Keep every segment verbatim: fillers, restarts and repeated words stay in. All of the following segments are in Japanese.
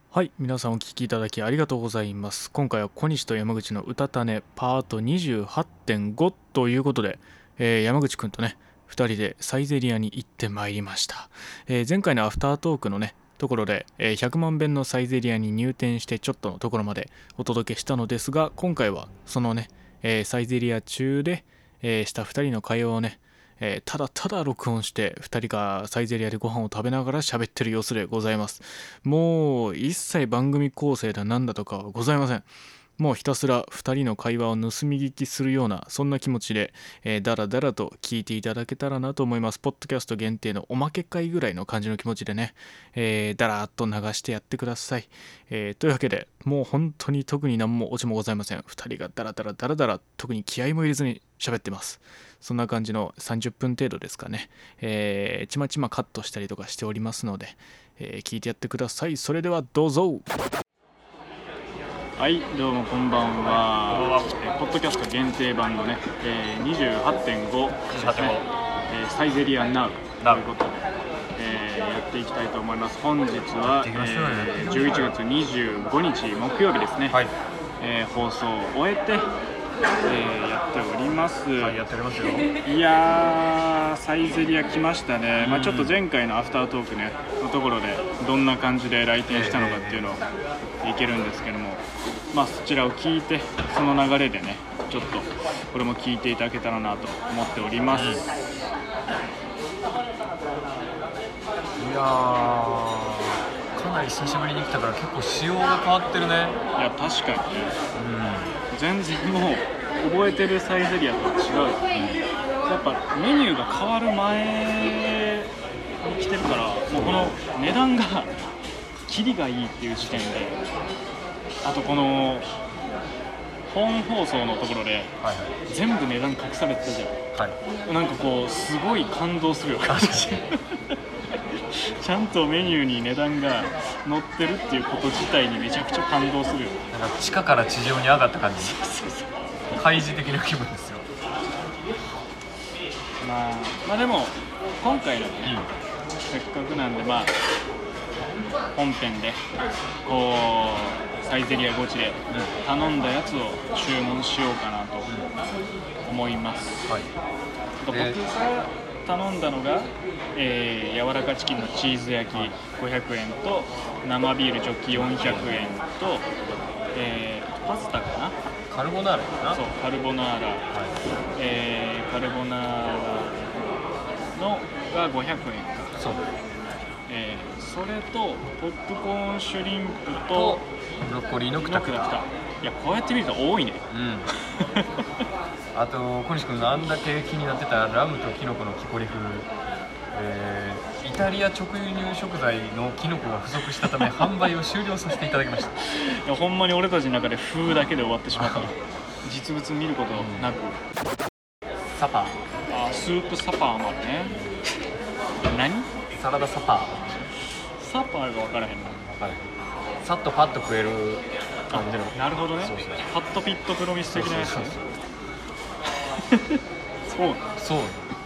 はい、皆さんお聞きいただきありがとうございます。今回は小西と山口の歌種パート にじゅうはちてんご ということで、えー山口くんとねふたりでサイゼリアに行ってまいりました。えー前回のアフタートークのねところで、えーひゃくまんべんのサイゼリアに入店してちょっとのところまでお届けしたのですが、今回はそのね、えーサイゼリア中で、えーしたふたりの会話をね、えーただただ録音してふたりがサイゼリアでご飯を食べながら喋ってる様子でございます。もう一切番組構成だなんだとかはございません。もうひたすらふたりの会話を盗み聞きするようなそんな気持ちで、えー、だらだらと聞いていただけたらなと思います。ポッドキャスト限定のおまけ会ぐらいの感じの気持ちでね、えー、だらーっと流してやってください。えー、というわけでもう本当に特に何もオチもございません。ふたりがだらだらだらだら特に気合も入れずに喋ってます。そんな感じのさんじゅっぷん程度ですかね。えー、ちまちまカットしたりとかしておりますので、えー聞いてやってください。それではどうぞ。はい、どうもこんばんは。えーポッドキャスト限定版のね、えー、にじゅうはちてんごですね、えーサイゼリアナウということで、えーやっていきたいと思います。本日は、えーじゅういちがつにじゅうごにち木曜日ですね。 はい、 えー放送を終えて、えーやっております。 はい、やっておりますよ。 いやー、サイゼリア来ましたね。まあ、ちょっと前回のアフタートークねのところでどんな感じで来店したのかっていうのをいけるんですけども、まあそちらを聞いてその流れでねちょっとこれも聞いていただけたらなと思っております。 いやー、かなり久しぶりに来たから結構仕様が変わってるね。 いや確かにね、 う全然もう覚えてるサイゼリアとは違うよね。やっぱメニューが変わる前に来てるから、もうこの値段がキリがいいっていう時点で、あとこの本放送のところでん、はい全部値段隠されてたじゃはいはい。 ん。なんかこうすごい感動するよ。 確かにちゃんとメニューに値段が載ってるっていうこと自体にめちゃくちゃ感動するよ。 なんか地下から地上に上がった感じ。 そうそう開示的な気分ですよ。 まあ、まあでも今回のね、せっかくなんでまあ本編でこうサイゼリアゴチで頼んだやつを注文しようかなと思います。 はい。 僕でが頼んだのが、えー柔らかチキンのチーズ焼きごひゃくえんと生ビールジョッキよんひゃくえんと、えーパスタかな、 カルボナーラかな。 そうカルボナーラ、 はえーカルボナーラのがごひゃくえんか、 い。そう。 えーそれとポップコーンシュリンプととブロッコリーのクタクタ。 クタクタ。いやこうやって見ると多いね。 うん。あと小西君があんだけ気になってたラムとキノコの木こり風、えーイタリア直輸入食材のキノコが不足したため販売を終了させていただきました。 いやほんまに俺たちの中で風だけで終わってしまった実物見ることなく、 サパー、 あスープサパーもあるね。何サラダサパー。 サパーが分からへんの。 はい、さっとパッと食える感じの。 なるほどね。 そうそうハットピットプロミス的なやつね。 そうそうそうそう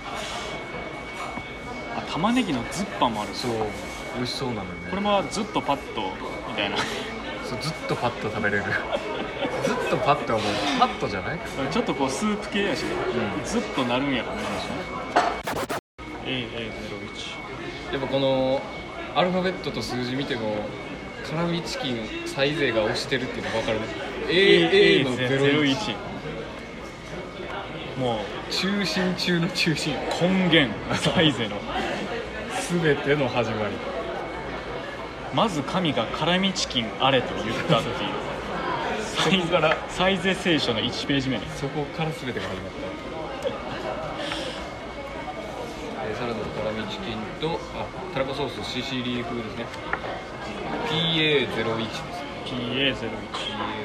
あ玉ねぎのズッパもある。 そう美味しそうなのよね。 これもずっとパッとみたいなそうずっとパッと食べれるずっとパッとはもうパッとじゃない。 ちょっとこうスープ系やし、 んずっとなるんやろね。エーエーゼロいちやっぱこのアルファベットと数字見ても辛味チキンサイゼが押してるっていうのが分かるね。 エーエー のゼロいち、 もう中心中の中心、 根源サイゼの全ての始まり。 まず神が辛味チキンあれと言ったっていうサイゼからサイゼ聖書のいちページ目ね。 そこから全てが始まった、えーサラダと辛味チキンとあタラコソースシシリー風ですね。 ピーエーゼロいち ですね。 ピーエーゼロいちピーエーゼロい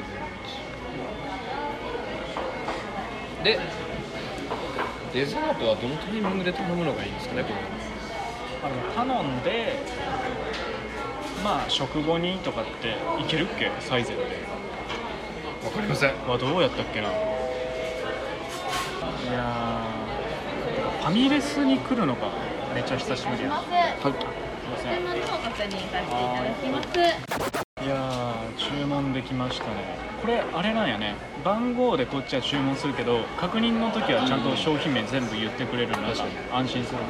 ち でデザートはどのタイミングで頼むのがいいですかね。これあの頼んでまあ食後にとかっていけるっけサイゼで。 分かりません。 はどうやったっけな。いやーファミレスに来るのがめっちゃ久しぶりや。 すいません。 はい、すいません。 お買い物のお確認させていただきます。 いやきましたね。これあれなんやね、番号でこっちは注文するけど確認の時はちゃんと商品名全部言ってくれるのが安心するね。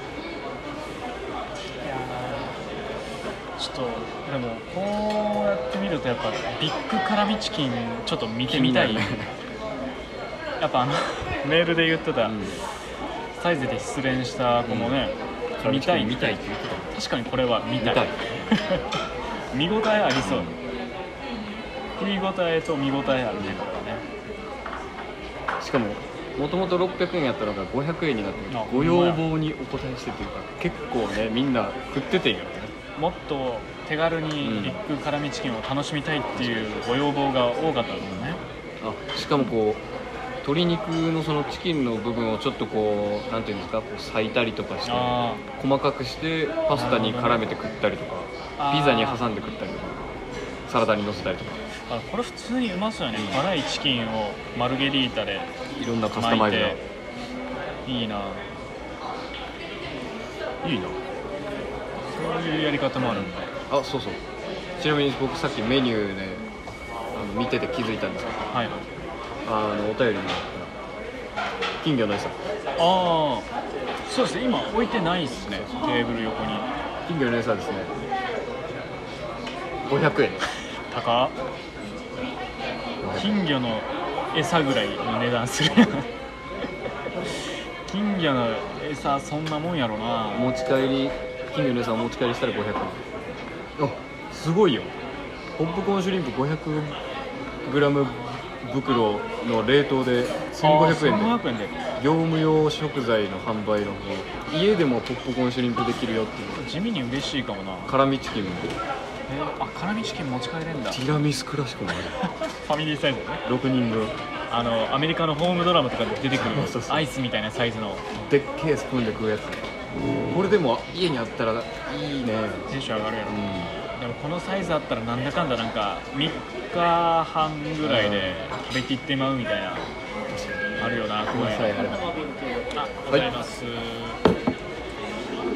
いやーちょっとでもこうやって見るとやっぱビッグ辛味チキンちょっと見てみたいやっぱあのメールで言ってた、うん、サイズで失恋した子もね、うん、見たい見たいって言ってた。確かにこれは見たい、見たい見応えありそう、うん、食い応えと見応えあるね、これはね。 しかももともとろっぴゃくえんやったのがごひゃくえんになってご要望にお応えしてというか結構ねみんな食っててんよね。 もっと手軽にビッグ辛味チキンを楽しみたいっていうご要望が多かったんだよね。 あ、しかもこう鶏肉のそのチキンの部分をちょっとこうなんていうんですか、こう裂いたりとかして細かくしてパスタに絡めて食ったりとか、ピザに挟んで食ったりとかサラダに乗せたりとか。 あ、これ普通にうまそうやね、うん、辛いチキンをマルゲリータでいろんなカスタマイズがいいな、 いいな、 そういうやり方もあるんだ。 あ、そうそう、ちなみに僕さっきメニューねあの見てて気づいたんですけど、はい、あのお便りにあった金魚の餌。ああ、そうですね、今置いてないっすね、テーブル横に。 金魚の餌ですね、ごひゃくえん。 高っ。金魚の餌ぐらいの値段する金魚の餌そんなもんやろな。 持ち帰り、金魚の餌を持ち帰りしたらごひゃくえん。あ、すごいよ。ポップコーンシュリンプ ごひゃくグラム 袋の冷凍でせんごひゃくえんで、 せんごひゃくえんで業務用食材の販売の方、家でもポップコーンシュリンプできるよっていう。 地味に嬉しいかもな。 辛味チキンも、 えー、あ、辛味チキン持ち帰れんだ。 ティラミスクラシコもあるファミリーサイズね、 ろくにんぶん。 あのアメリカのホームドラマとかで出てくるアイスみたいなサイズのでっけえスプーンで食うやつ。これでも家にあったらいいね。 テンション上がるやろ、うん、でもこのサイズあったらなんだかんだなんかみっかはんぐらいで食べきってまうみたいな、あるよな。これありがとうございます、はい、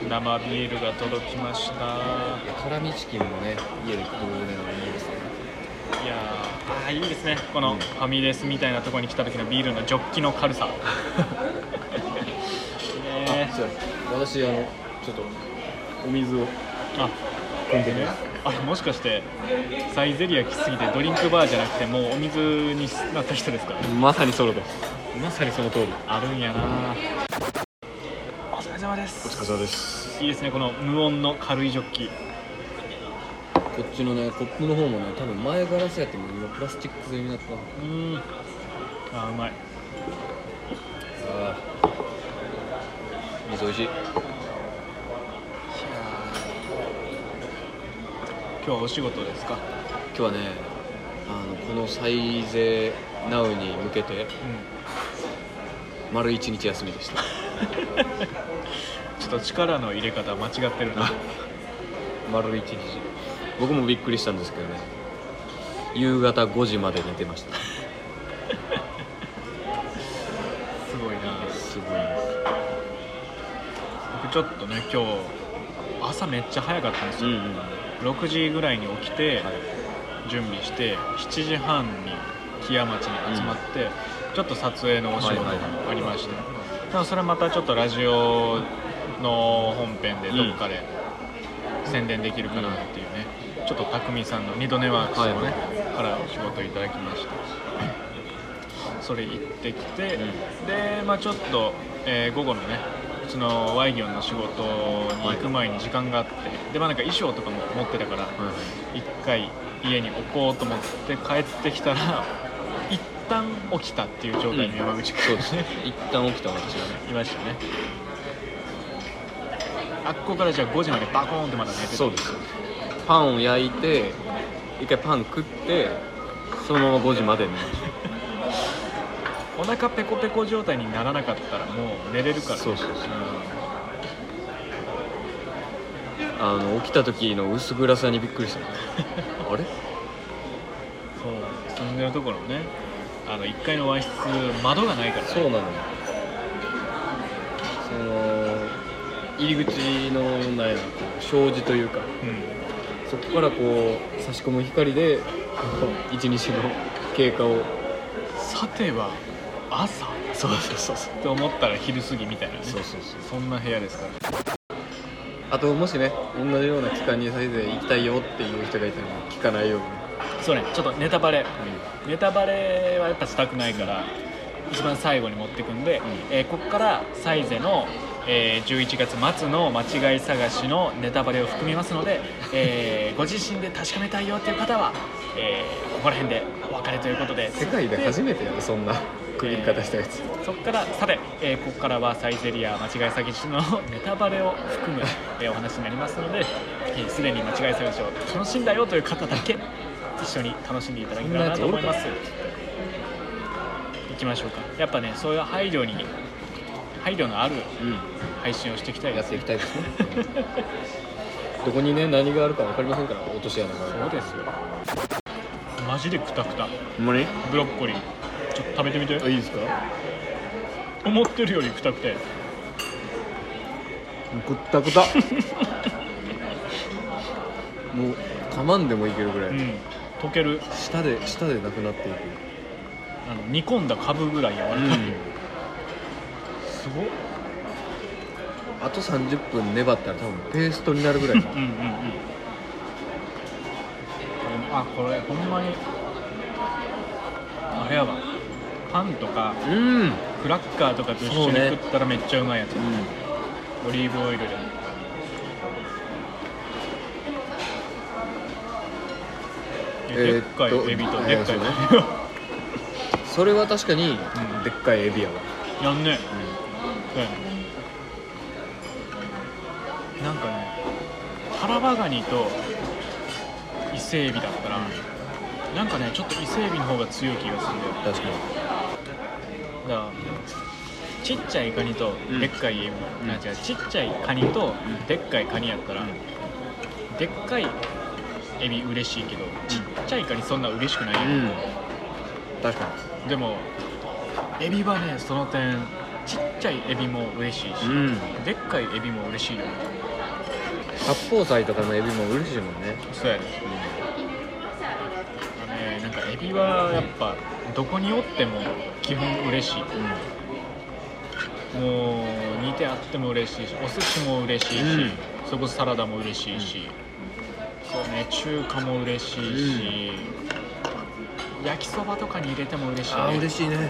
生ビールが届きました。 辛味チキンもね家で食うのいいですね。 いやー、あ、いいですね、このファミレスみたいなところに来た時のビールのジョッキの軽さね。 あ、じゃあ私あのちょっとお水をあ汲んでね。あ、もしかしてサイゼリヤ来すぎてドリンクバーじゃなくてもうお水になった人ですか？ まさにそのです。まさにその通り。 あるんやな。お疲れ様です。 お疲れ様です。 いいですね、この無音の軽いジョッキ。 こっちのねコップの方もね多分前ガラスやっても今プラスチック製になった。 うん。あ、うまい。 ああ、水おいしい。 今日はお仕事ですか？ 今日はね、あのこのサイゼナウに向けて、うん、丸一日休みでした。 ちょっと力の入れ方間違ってるな。 丸一日。僕もびっくりしたんですけどね。夕方ごじまで寝てました。すごいな。 すごいです。 僕ちょっとね今日朝めっちゃ早かったんですよ。うんうん、ろくじぐらいに起きて、はい、準備してしちじはんに木屋町に集まって、うん、ちょっと撮影のお仕事がありまして、はいはいはい、それまたちょっとラジオの本編でどっかで宣伝できるかなっていうね、うん、ちょっと匠さんの二度寝ワークスのね、はい、からお仕事いただきました。それ行ってきて、うん、で、まあ、ちょっと、えー、午後のねそのワイギョンの仕事に行く前に時間があって、で、まあ、なんか衣装とかも持ってたから一回家に置こうと思って帰ってきたら一旦起きたっていう状態の山口君、うん、そうですね。 一旦起きた私がねいましたね。あっこからじゃあごじまでバコーンってまだ寝てた。 そうです。パンを焼いて一回パン食ってそのままごじまで寝ました。 お腹ペコペコ状態にならなかったらもう寝れるから、ね、 そうそうそう、うん、あの起きた時の薄暗さにびっくりした。あれそう住んでるところね、あのいっかいの和室窓がないから、ね、 そうなのよ。その入り口のなんや障子というか、うん、 そこからこう差し込む光で一日の経過を、 さては朝そうそうそうそうって思ったら昼過ぎみたいなね。 そうそうそう。 そんな部屋ですから。 あともしね同じような期間にサイゼ行きたいよっていう人がいたら聞かないように。 そうね、ちょっとネタバレ、ネタバレはやっぱしたくないから一番最後に持ってくんで、うん、えー、ここからサイゼの、えー、じゅういちがつ末の間違い探しのネタバレを含みますので、えー、ご自身で確かめたいよっていう方は、えー、ここら辺でお別れということで、 世界で初めてやるそんな区切り方したやつ、 えー、そこからさて、えー、ここからはサイゼリア間違い探しのネタバレを含む、えー、お話になりますので、す、えー、でに間違い探しを楽しんだよという方だけ一緒に楽しんでいただけたらなと思います。行きましょうか。やっぱね、そういう配慮に配慮のある配信をしていきたいです、 やっていきたいですねどこにね何があるか分かりませんから落とし穴が。 そうですよ。マジでクタクタ。 ほんまにブロッコリーちょっと食べてみて。 あ、いいですか。 思ってるよりクタクタ。 くったくたもう噛まんでもいけるぐらい、うん、 溶ける。 舌で舌でなくなっていく。 あの煮込んだカブぐらい柔らかい、うん、すごっ。 あとさんじゅっぷん粘ったら多分ペーストになるぐらいうんうん、うん、 あ、これほんまにあれやわ、パンとか、うん、クラッカーとかと一緒に食ったらめっちゃうまいやつ、ね、うん、オリーブオイルででっかいエビとでっかいエビ、えー、 それは確かにでっかいエビやわ。 やんね、うん、なんかね、タラバガニと伊勢エビだったら、うん、なんかねちょっと伊勢エビの方が強い気がするんだよ。 確かに。 だからちっちゃいカニとでっかいエビ、うん、なんか違う、ちっちゃいカニとでっかいカニやったら、うん、でっかいエビ嬉しいけど、ちっちゃいカニそんな嬉しくないよ、うん、 確かに。でもエビはね、その点ちっちゃいエビも嬉しいし、うん、でっかいエビも嬉しいよね。 八宝菜とかのエビも嬉しいもんね。 そうやね、うん、あのね、なんかエビはやっぱどこにおっても基本嬉しい、うん、もう煮てあっても嬉しいし、お寿司も嬉しいし、うん、そこサラダも嬉しいし、うん、そうね、中華も嬉しいし、うん、焼きそばとかに入れても嬉しいね。 あ、嬉しいね。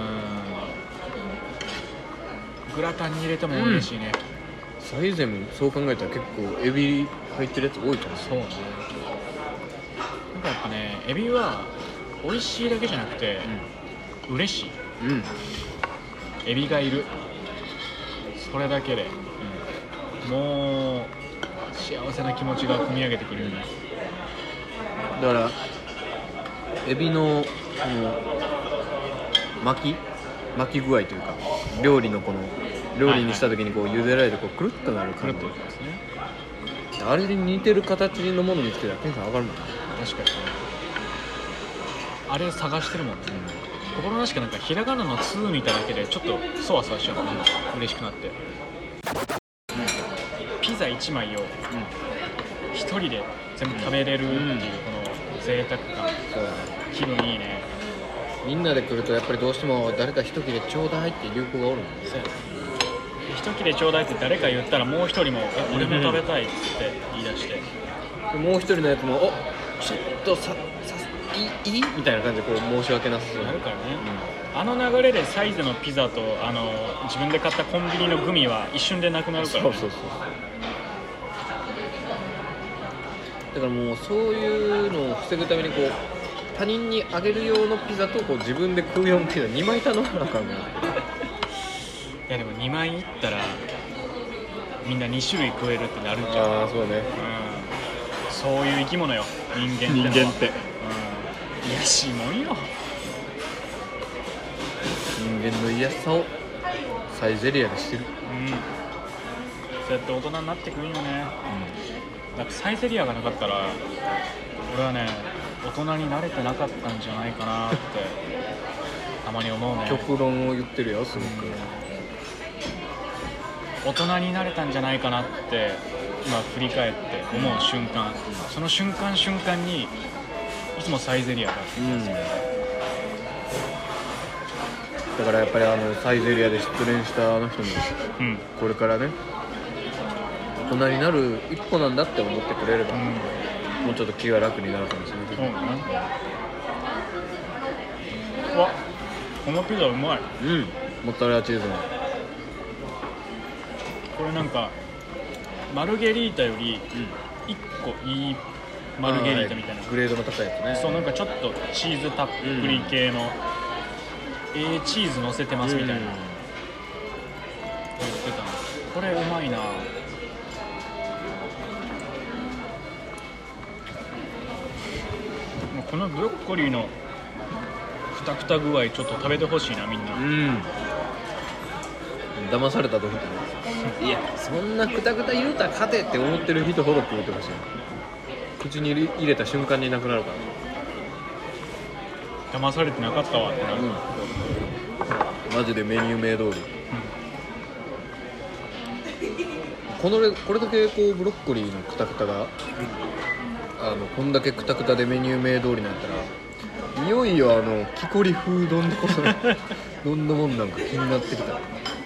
うん、グラタンに入れても嬉しいね、 うん、サイゼもそう考えたら結構エビ入ってるやつ多いと思う。 そうね。なんかやっぱね、エビは美味しいだけじゃなくて、うん、嬉しい、うん、エビがいる、それだけで、うん、もう幸せな気持ちが込み上げてくるよね。 だからエビのこの巻き巻き具合というか、料理のこの料理にした時にこう茹でられてこうくるっとなる感じですね。あれに似てる形のもの見つけたらテンション上がるもんね。 確かに。あれ探してるもんね、うん、心なしかなんかひらがなのつ見ただけでちょっとそわそわしちゃうもんね、うん、嬉しくなって、うん、ピザいちまいをひとりで全部食べれるっていうこの贅沢感、うん、気分いいね。 みんなで来るとやっぱりどうしても誰か一切れちょうだいって流行がおるもんね。 一切れちょうだいって誰か言ったらもう一人もえ俺も食べたいっつって言い出して、 うん、もう一人のやつもおちょっとささいいいみたいな感じでこう申し訳なさそうなるからね、うん、あの流れでサイズのピザとあの自分で買ったコンビニのグミは一瞬でなくなるからね。そうそうそう。 だからもうそういうのを防ぐためにこう他人にあげる用のピザとこう自分で食う用のピザにまい頼まなあかんな。いやでもにまいいったらみんなに種類食えるってなるんじゃん。 ああそうね、うん、 そういう生き物よ人間って。 人間って、 うん、癒やしいもんよ。 人間の癒やしさをサイゼリアでしてる、うん、 そうやって大人になってくるんよね、うん、だってサイゼリアがなかったら俺はね大人になれてなかったんじゃないかなってたまに思うね。 極論を言ってるよすごく、 うん、大人になれたんじゃないかなって今振り返って思う瞬間、その瞬間瞬間にいつもサイゼリアが、 うん、だからやっぱりあのサイゼリアで失恋したあの人も、うん、これからね大人になる一歩なんだって思ってくれれば、うん、もうちょっと気が楽になるかもしれないけど、うん、 うわ、このピザうまい。 うん、モッツァレラチーズのこれなんかマルゲリータよりいっこいいマルゲリータみたいな、 グレードの高いやつね。 そう、なんかちょっとチーズたっぷり系の、うん、えー、チーズ乗せてますみたいな、うん、言ってたの。これうまいな。もうこのブロッコリーのクタクタ具合ちょっと食べてほしいな、みんな。うん、 騙されたと思っていや、そんなクタクタ言うたら勝てって思ってる人ほど食うてほしい。口に入れた瞬間になくなるから。 騙されてなかったわってなる、うん、 マジでメニュー名通り、うん、このこれだけこうブロッコリーのクタクタが、うん、あのこんだけクタクタでメニュー名通りになったら、いよいよあの木こり風丼こそどんなもんなんか気になってきた。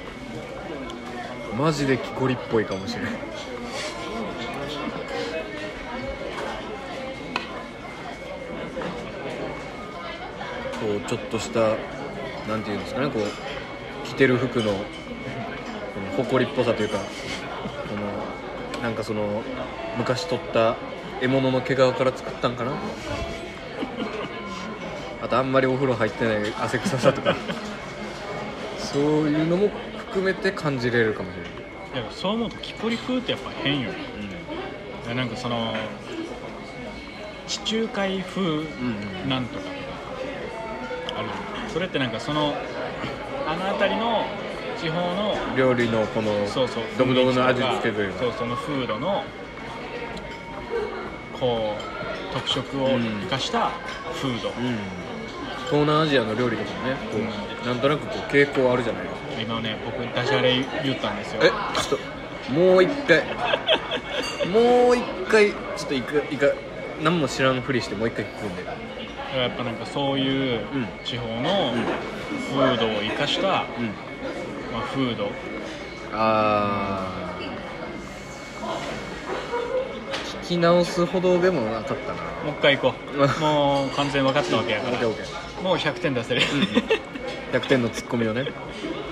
マジで木こりっぽいかもしれない。こうちょっとしたなんていうんですかね、こう着てる服のこの埃っぽさというか、このなんかその昔取った獲物の毛皮から作ったんかな。あとあんまりお風呂入ってない汗臭さとかそういうのも含めて感じれるかもしれない。 いや、そう思うと木こり風ってやっぱ変よ、うん、なんかその地中海風なんとかとかある、うん、それってなんかそのあの辺りの地方の料理のこの独特の味付けというか、 そう、その風土のこう特色を生かしたフード、うんうん、 東南アジアの料理とかもね、こう、うん、なんとなくこう傾向あるじゃないですか。 今ね、僕ダジャレ言ったんですよ。 え、ちょっともう一回もう一回ちょっといかいか何も知らんふりしてもう一回聞くんで。 やっぱなんかそういう地方のフードを生かした、うん、まあ、フード。 あー、聞き直すほどでもなかったな。 もう一回行こうもう完全分かったわけやから、うん、もうひゃくてん出せる、うん、ひゃくてんのツッコミをねいいよね、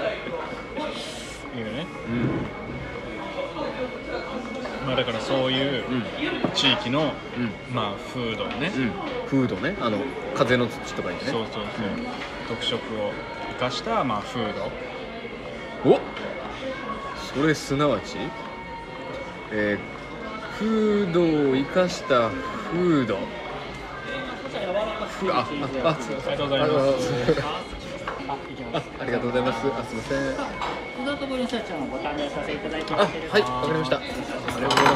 うん、まあだからそういう地域の、うん、まあフードね、うん、 フードね、あの風の土とかにね、 そうそうそう、うん、特色を生かしたまあフード。お、それすなわち、えー、フードを生かしたフード。ふあ、あ、あ、ありがとうございます。あ、ありがとうございます。あ、すみません。 フードとご社長のご担当させていただいてますけれども。 はい、わかりました。ありがとうございます。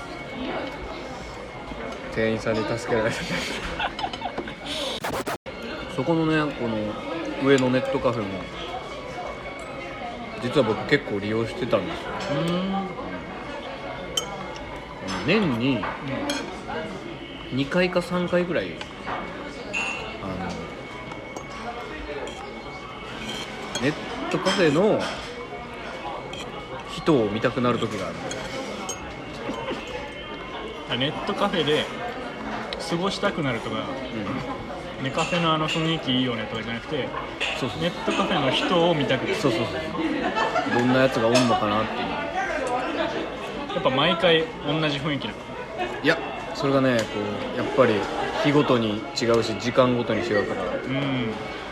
店員さんに助けられてそこのね、この上のネットカフェも実は僕結構利用してたんですよ。うーん、年ににかいかさんかいぐらい、あのネットカフェの人を見たくなる時がある。ネットカフェで過ごしたくなるとか、うん、ネカフェのあの雰囲気いいよねとかじゃなくて、そうそう、ネットカフェの人を見たくなる。 そうそうそう、どんなやつがおんのかなっていう。 やっぱ毎回同じ雰囲気なの？ いや、それがね、こうやっぱり日ごとに違うし時間ごとに違うから、うん、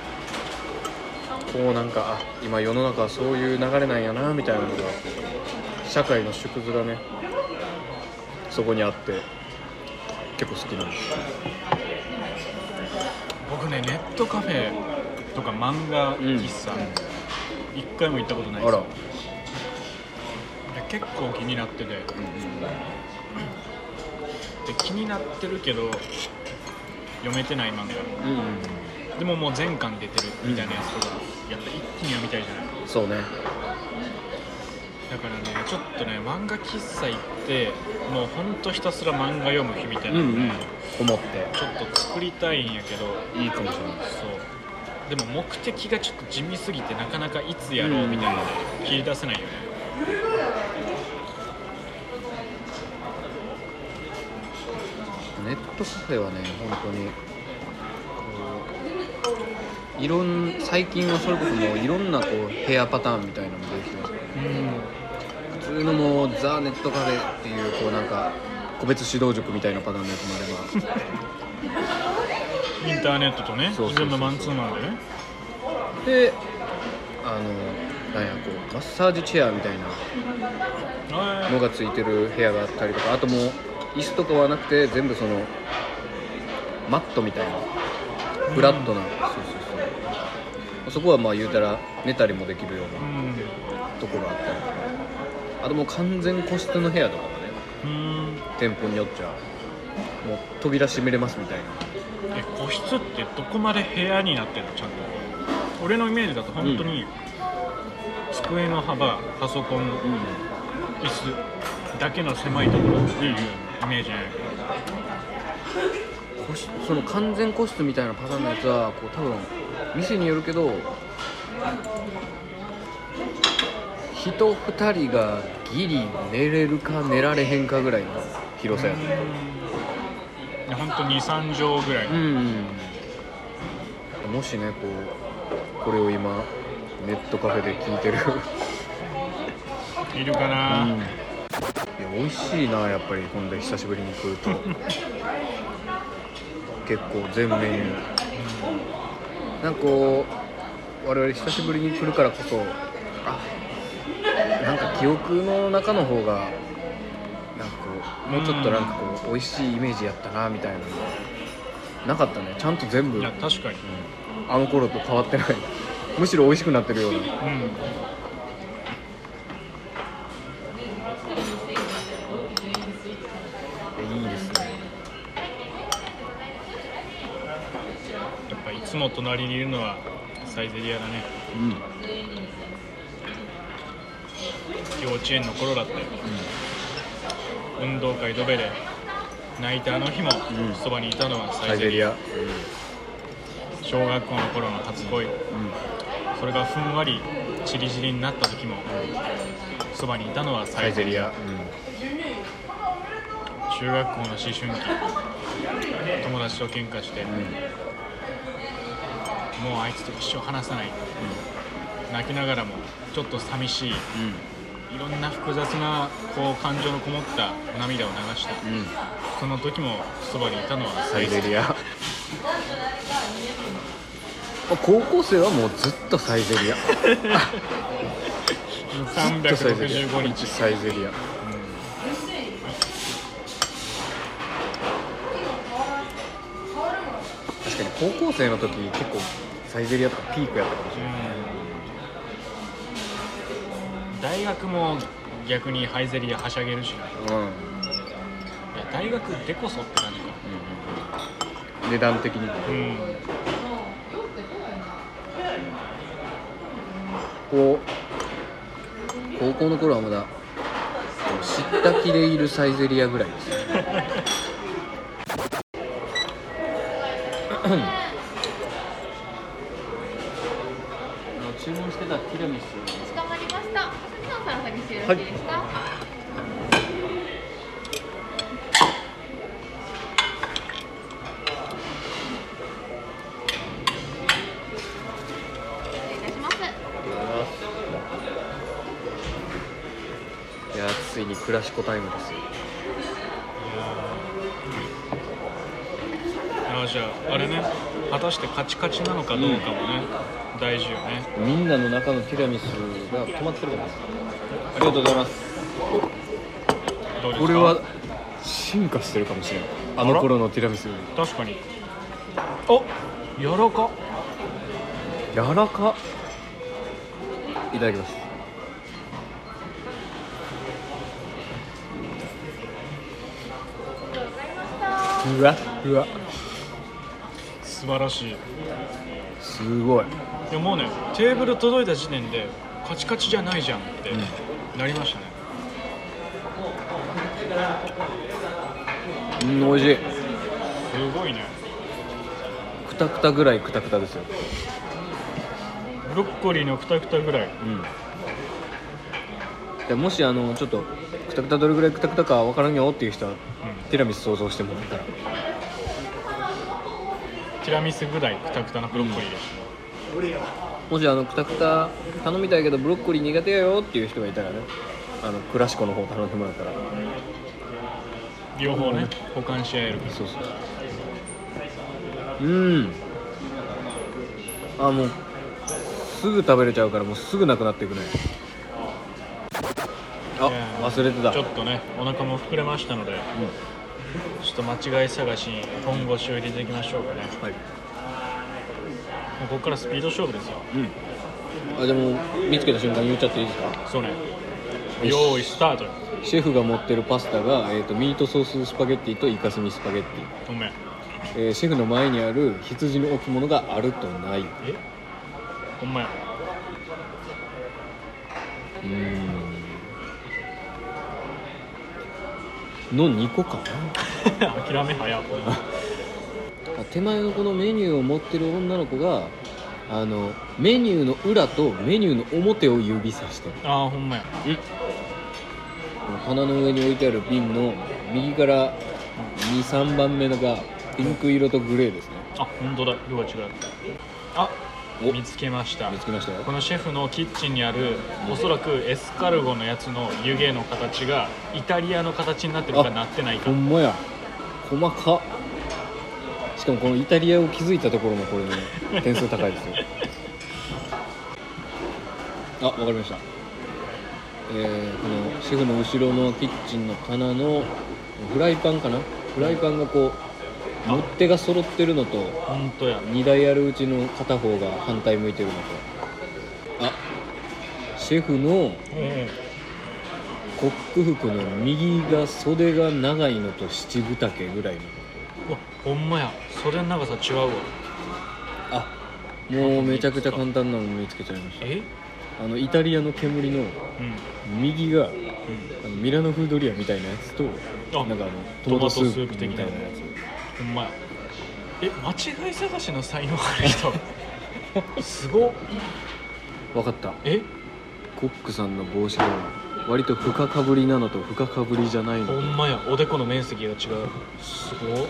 こうなんか、あ、今世の中はそういう流れなんやなみたいなのが、社会の縮図がねそこにあって結構好きなんです。 僕ね、ネットカフェとか漫画喫茶、うん、一回も行ったことないですよ。あら、結構気になってて、うん、で気になってるけど読めてない漫画、うん、でももう全巻出てるみたいなやつとかやったら一気に読みたいじゃない。 そうね。 だからねちょっとね漫画喫茶行ってもうほんとひたすら漫画読む日みたいなのね、 うんうん、思ってちょっと作りたいんやけど、 いいかもしれない。 そうでも目的がちょっと地味すぎてなかなかいつやろうみたいなので切り出せないよね。 ネットカフェはね本当にこういろん最近はそれこそもういろんなこう部屋パターンみたいなのもできてますね。普通のもうザ・ネットカフェっていうこうなんか個別指導塾みたいなパターンのやつもあればインターネットとねそうそうそうそう自分のマンツーマンでねであのなんやこうマッサージチェアみたいなのがついてる部屋があったりとか、あともう椅子とかはなくて全部そのマットみたいなフラットな、うん、そうそうそうそこはまあ言うたら寝たりもできるようなところあったりとか、あともう完全個室の部屋とかがね、うん、店舗によっちゃもう扉閉めれますみたいな。 え個室ってどこまで部屋になってるの？ちゃんと俺のイメージだと本当に、うん、机の幅、パソコン、うん、椅子だけの狭いところっていうイメージないけど、 個室その完全個室みたいなパターンのやつはこう多分店によるけど人二人がギリ寝れるか寝られへんかぐらいの広さやった。 ほんと にさんじょうぐらい、うん、 もしねこうこれを今ネットカフェで聞いてるいるかな、うん、いや美味しいなやっぱり今度久しぶりに来ると結構全メニュー、うん、なんかこう我々久しぶりに来るからこそあなんか記憶の中の方がなんかこうもうちょっとなんかこう美味しいイメージやったなみたいなのがなかったね。ちゃんと全部いや確かに、 うん、あの頃と変わってないむしろ美味しくなってるような、うん、いいですね。 やっぱいつも隣にいるのはサイゼリヤだね、うん、幼稚園の頃だって、うん、運動会ドベで泣いたあの日もそば、うん、にいたのはサイゼリヤ、うん、小学校の頃の初恋、うん、それがふんわりチリチリになった時もそばにいたのはサイゼリヤ、うん、中学校の思春期友達と喧嘩して、うん、もうあいつと一生話さない、うん、泣きながらもちょっと寂しい、うん、いろんな複雑なこう感情のこもった涙を流した、うん、その時もそばにいたのはサイゼリヤ。 高校生はもうずっとサイゼリヤさんびゃくろくじゅうごにちサイゼリヤ、うん、確かに高校生の時結構サイゼリヤとかピークやったかもしれない、 うん、大学も逆にハイゼリヤはしゃげるし、うん、いや大学でこそって感じか、 うん、値段的にも、うんこう高校の頃はまだ知った気でいるサイゼリヤぐらいです注文してたティラミスかしこまりました。さんさん先してよろしいですか、はいついにクラシコタイムですよ。 いやあじゃああれね果たしてカチカチなのかどうかもね、うん、大事よね。 みんなの中のティラミスが止まってるからです。ありがとうございます。 どうですか？ これは進化してるかもしれない。あの頃のティラミスより。 確かに。お、柔らか。 柔らか。いただきます。うわうわ素晴らしい。 すごい。 いやもうねテーブル届いた時点でカチカチじゃないじゃんってなりましたね。 うん、美味しい。 すごいね。 クタクタぐらいクタクタですよ。 ブロッコリーのクタクタぐらい。 うん。でもしあのちょっとクタクタどれぐらいクタクタかわからんよっていう人は、うん、ティラミス想像してもらったら。 ティラミスぐらいクタクタなブロッコリーでした。 もしあのクタクタ頼みたいけどブロッコリー苦手やよっていう人がいたらね、あのクラシコの方頼んでもらったら両方ね、保管し合えるから。 そうそう。うん。あ、もうすぐ食べれちゃうからもうすぐなくなっていくね。あ、忘れてた。 ちょっとねお腹も膨れましたので、うん、ちょっと間違い探しに本腰を入れていきましょうかね。はい。ここからスピード勝負ですよ。 うん。あ、でも見つけた瞬間言っちゃっていいですか？ そうね。用意スタート。 シェフが持ってるパスタが、えーと、ミートソーススパゲッティとイカスミスパゲッティ。 ごめん。 えー、シェフの前にある羊の置物があるとない。 え？ほんまや。 うーん。のにこかな。 諦め早い。 手前のこのメニューを持ってる女の子があのメニューの裏とメニューの表を指さしてる。 ああ、ほんまや。 うん。棚の上に置いてある瓶の右からに、さんばんめのがピンク色とグレーですね。 あ、本当だ、色が違う。あ、見つけました。 見つけましたよ。 このシェフのキッチンにある、おそらくエスカルゴのやつの湯気の形がイタリアの形になってるかなってないか。 ほんまや。細かっ。しかもこのイタリアを築いたところもこれね点数高いですよ。あ、わかりました。えー、このシェフの後ろのキッチンの棚のフライパンかな、フライパンがこう持ってが揃ってるのと、 本当や、 にだいあるうちの片方が反対向いてるのと、あ、シェフのコック服の右が袖が長いのと七分丈ぐらいの。 うわ、ほんまや、袖の長さ違うわ。 あ、もうめちゃくちゃ簡単なの見つけちゃいました。 え、 あのイタリアの煙の右が、うん、あのミラノ風ドリアみたいなやつと、なんかあのトマトスープみたいなやつ。 ほんまや。え、間違い探しの才能ある人すごっ。 分かった。 え、 コックさんの帽子が割と深かぶりなのと深かぶりじゃないの。 ほんまや、おでこの面積が違う。すごっ。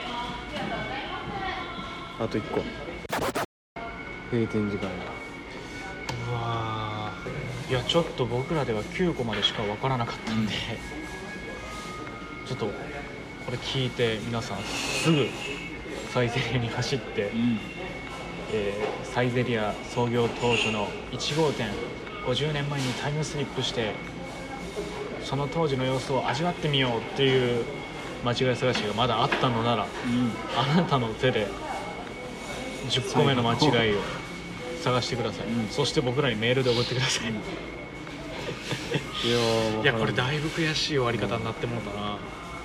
あといっこ閉店時間が。 うわー、いやちょっと僕らではきゅうこまでしか分からなかったんで、ちょっとこれ聞いて皆さんすぐサイゼリアに走って、うん、えー、サイゼリア創業当初のいち号店ごじゅうねんまえにタイムスリップしてその当時の様子を味わってみようっていう間違い探しがまだあったのなら、うん、あなたの手でじゅっこめの間違いを探してください、うん、そして僕らにメールで送ってください、うん、いやいやこれだいぶ悔しい終わり方になってもうたな、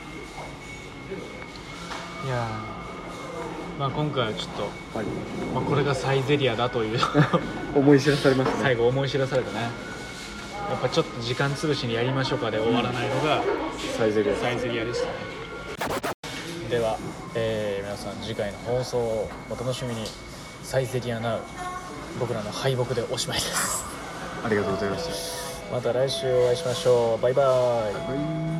うん、いやまあ今回はちょっと、はい、まあ、これがサイゼリアだという思い知らされますね。 最後思い知らされたね。やっぱちょっと時間潰しにやりましょうかで終わらないのが、うん、 サイゼリアサイゼリアでしたね。では、えー、皆さん次回の放送をお楽しみに。サイゼリアナウ、僕らの敗北でおしまいです。 ありがとうございました。 また来週お会いしましょう。バイバイ。 バイバイ。